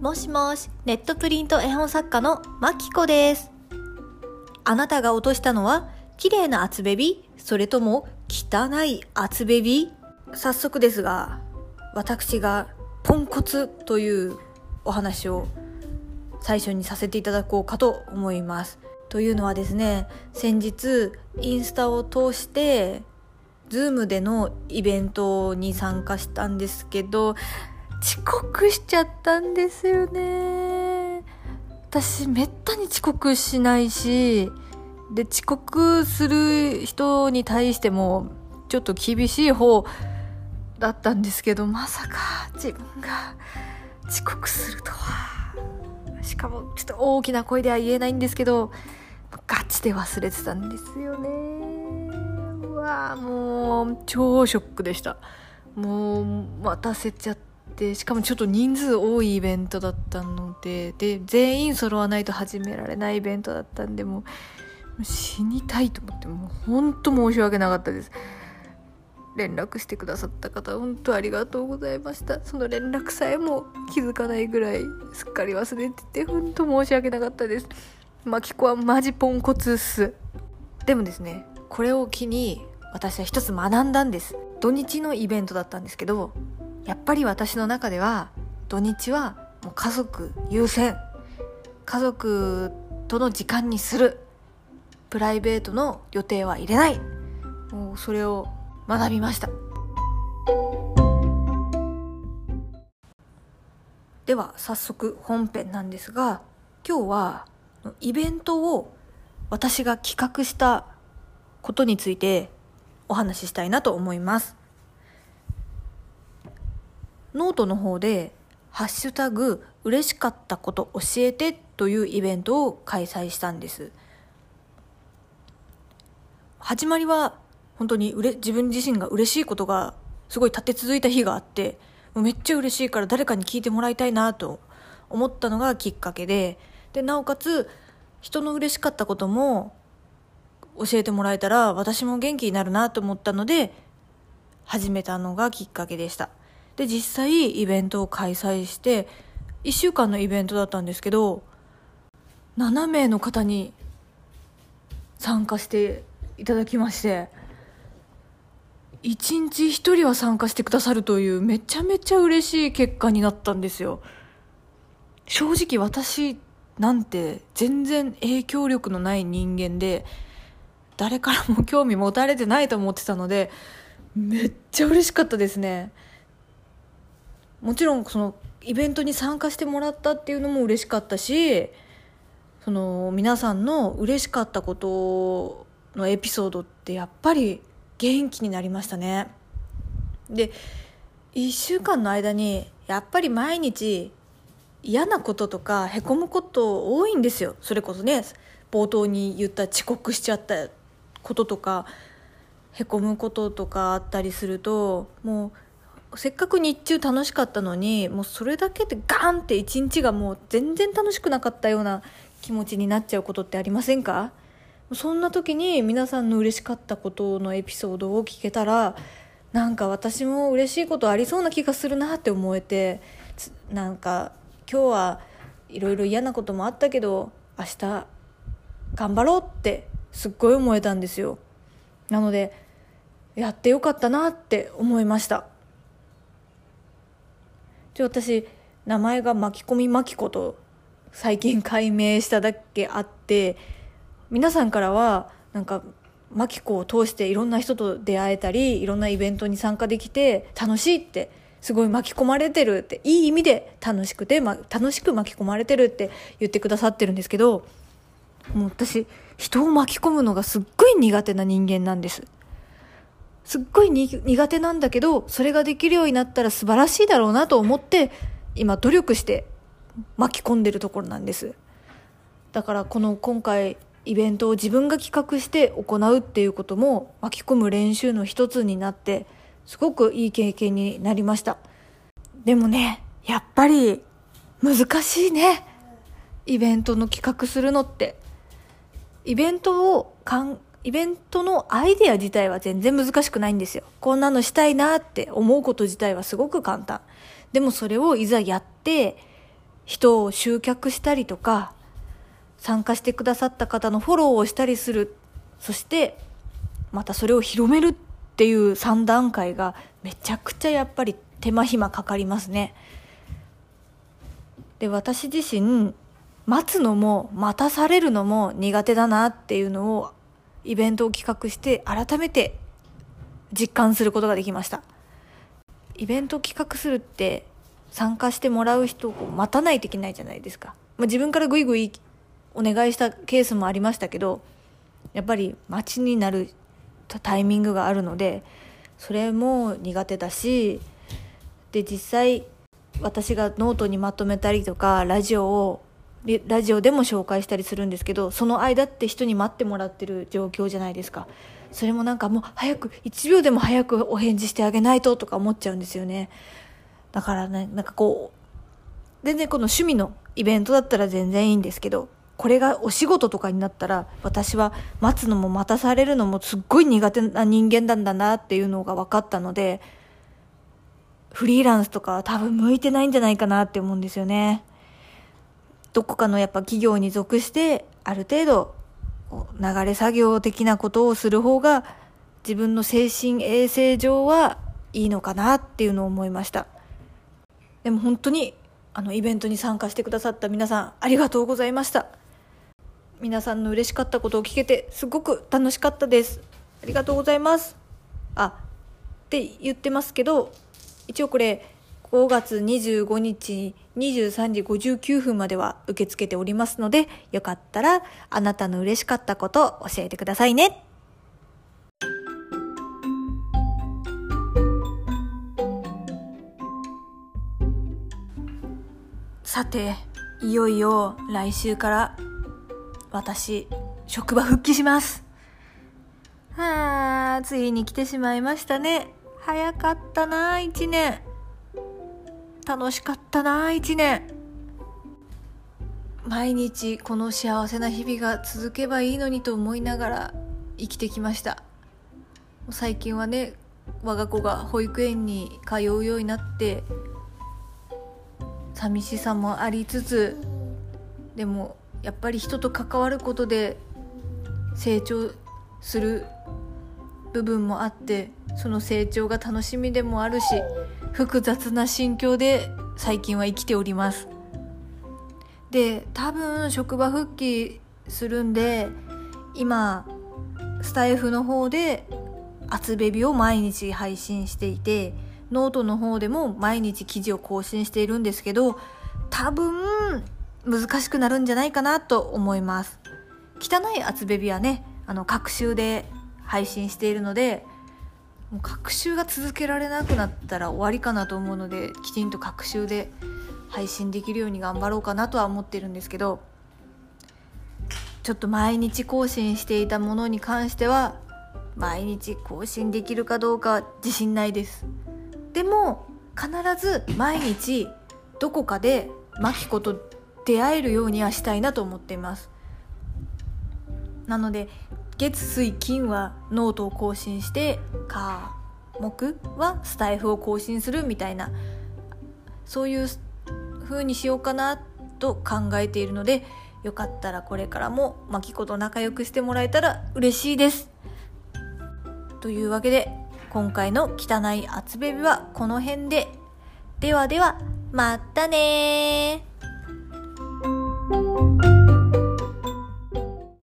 もしもし、ネットプリント絵本作家のまきこです。あなたが落としたのは綺麗な厚ベビー、それとも汚い厚ベビー？早速ですが、私がポンコツというお話を最初にさせていただこうかと思います。というのはですね、先日インスタを通してZoom でのイベントに参加したんですけど、遅刻しちゃったんですよね。私めったに遅刻しないし、で遅刻する人に対してもちょっと厳しい方だったんですけど、まさか自分が遅刻するとは。しかもちょっと大きな声では言えないんですけど、ガチで忘れてたんですよね。うわ、もう超ショックでした。もう待たせちゃって、しかもちょっと人数多いイベントだったので、全員揃わないと始められないイベントだったんで、もう死にたいと思って、もう本当申し訳なかったです。連絡してくださった方本当ありがとうございました。その連絡さえも気づかないぐらいすっかり忘れてて、本当申し訳なかったです。マキコはマジポンコツっす。でもですね、これを機に私は一つ学んだんです。土日のイベントだったんですけど、やっぱり私の中では土日はもう家族優先、家族との時間にする、プライベートの予定は入れない、もうそれを学びました。では早速本編なんですが、今日はイベントを私が企画したことについてお話ししたいなと思います。ノートの方でハッシュタグ嬉しかったこと教えてというイベントを開催したんです。始まりは本当に自分自身が嬉しいことがすごい立て続いた日があって、もうめっちゃ嬉しいから誰かに聞いてもらいたいなと思ったのがきっかけで、なおかつ人の嬉しかったことも教えてもらえたら私も元気になるなと思ったので始めたのがきっかけでした。で、実際イベントを開催して1週間のイベントだったんですけど、7名の方に参加していただきまして、1日1人は参加してくださるというめちゃめちゃ嬉しい結果になったんですよ。正直私なんて全然影響力のない人間で、誰からも興味持たれてないと思ってたので、めっちゃ嬉しかったですね。もちろんそのイベントに参加してもらったっていうのも嬉しかったし、その皆さんの嬉しかったことのエピソードってやっぱり元気になりましたね。で、1週間の間にやっぱり毎日嫌なこととかへこむこと多いんですよ。それこそね、冒頭に言った遅刻しちゃったこととかへこむこととかあったりすると、もうせっかく日中楽しかったのに、もうそれだけでガーンって一日がもう全然楽しくなかったような気持ちになっちゃうことってありませんか？そんな時に皆さんの嬉しかったことのエピソードを聞けたら、なんか私も嬉しいことありそうな気がするなって思えて、なんか今日はいろいろ嫌なこともあったけど明日頑張ろうってすっごい思えたんですよ。なのでやってよかったなって思いました。私名前が巻き込みまきこと最近改名しただけあって、皆さんからはなんかまきこを通していろんな人と出会えたり、いろんなイベントに参加できて楽しいって、すごい巻き込まれてるって、いい意味で楽しく巻き込まれてるって言ってくださってるんですけど、もう私人を巻き込むのがすっごい苦手な人間なんです。すっごい苦手なんだけど、それができるようになったら素晴らしいだろうなと思って今努力して巻き込んでるところなんです。だから今回イベントを自分が企画して行うっていうことも巻き込む練習の一つになって、すごくいい経験になりました。でもね、やっぱり難しいね、イベントの企画するのって。イベントのアイデア自体は全然難しくないんですよ。こんなのしたいなって思うこと自体はすごく簡単。でもそれをいざやって人を集客したりとか、参加してくださった方のフォローをしたりする、そしてまたそれを広めるっていう3段階がめちゃくちゃやっぱり手間暇かかりますね。で、私自身待つのも待たされるのも苦手だなっていうのをイベントを企画して改めて実感することができました。イベントを企画するって参加してもらう人を待たないといけないじゃないですか。自分からグイグイお願いしたケースもありましたけど、やっぱり待ちになるタイミングがあるので、それも苦手だし、で実際私がノートにまとめたりとかラジオでも紹介したりするんですけど、その間って人に待ってもらってる状況じゃないですか。それもなんかもう早く1秒でも早くお返事してあげないととか思っちゃうんですよね。だからね、なんかこう全然この趣味のイベントだったら全然いいんですけど、これがお仕事とかになったら私は待つのも待たされるのもすっごい苦手な人間なんだなっていうのが分かったので、フリーランスとかは多分向いてないんじゃないかなって思うんですよね。どこかのやっぱ企業に属してある程度流れ作業的なことをする方が自分の精神衛生上はいいのかなっていうのを思いました。でも本当にイベントに参加してくださった皆さんありがとうございました。皆さんの嬉しかったことを聞けてすごく楽しかったです。ありがとうございます。って言ってますけど、一応これ5月25日23時59分までは受け付けておりますので、よかったらあなたの嬉しかったことを教えてくださいね。さて、いよいよ来週から私職場復帰します。ついに来てしまいましたね。早かったな1年。楽しかったな1年。毎日この幸せな日々が続けばいいのにと思いながら生きてきました。最近はね、我が子が保育園に通うようになって寂しさもありつつ、でもやっぱり人と関わることで成長する部分もあって、その成長が楽しみでもあるし、複雑な心境で最近は生きております。で、多分職場復帰するんで、今スタイフの方で厚ベビを毎日配信していて、ノートの方でも毎日記事を更新しているんですけど、多分難しくなるんじゃないかなと思います。汚い厚ベビはね、隔週で配信しているので、もう隔週が続けられなくなったら終わりかなと思うので、きちんと隔週で配信できるように頑張ろうかなとは思ってるんですけど、ちょっと毎日更新していたものに関しては毎日更新できるかどうかは自信ないです。でも必ず毎日どこかでマキコと出会えるようにはしたいなと思っています。なので月水金はノートを更新して、火木はスタイフを更新するみたいな、そういう風にしようかなと考えているので、よかったらこれからもマキコと仲良くしてもらえたら嬉しいです。というわけで今回の汚い厚ベビはこの辺で。ではでは、またねー。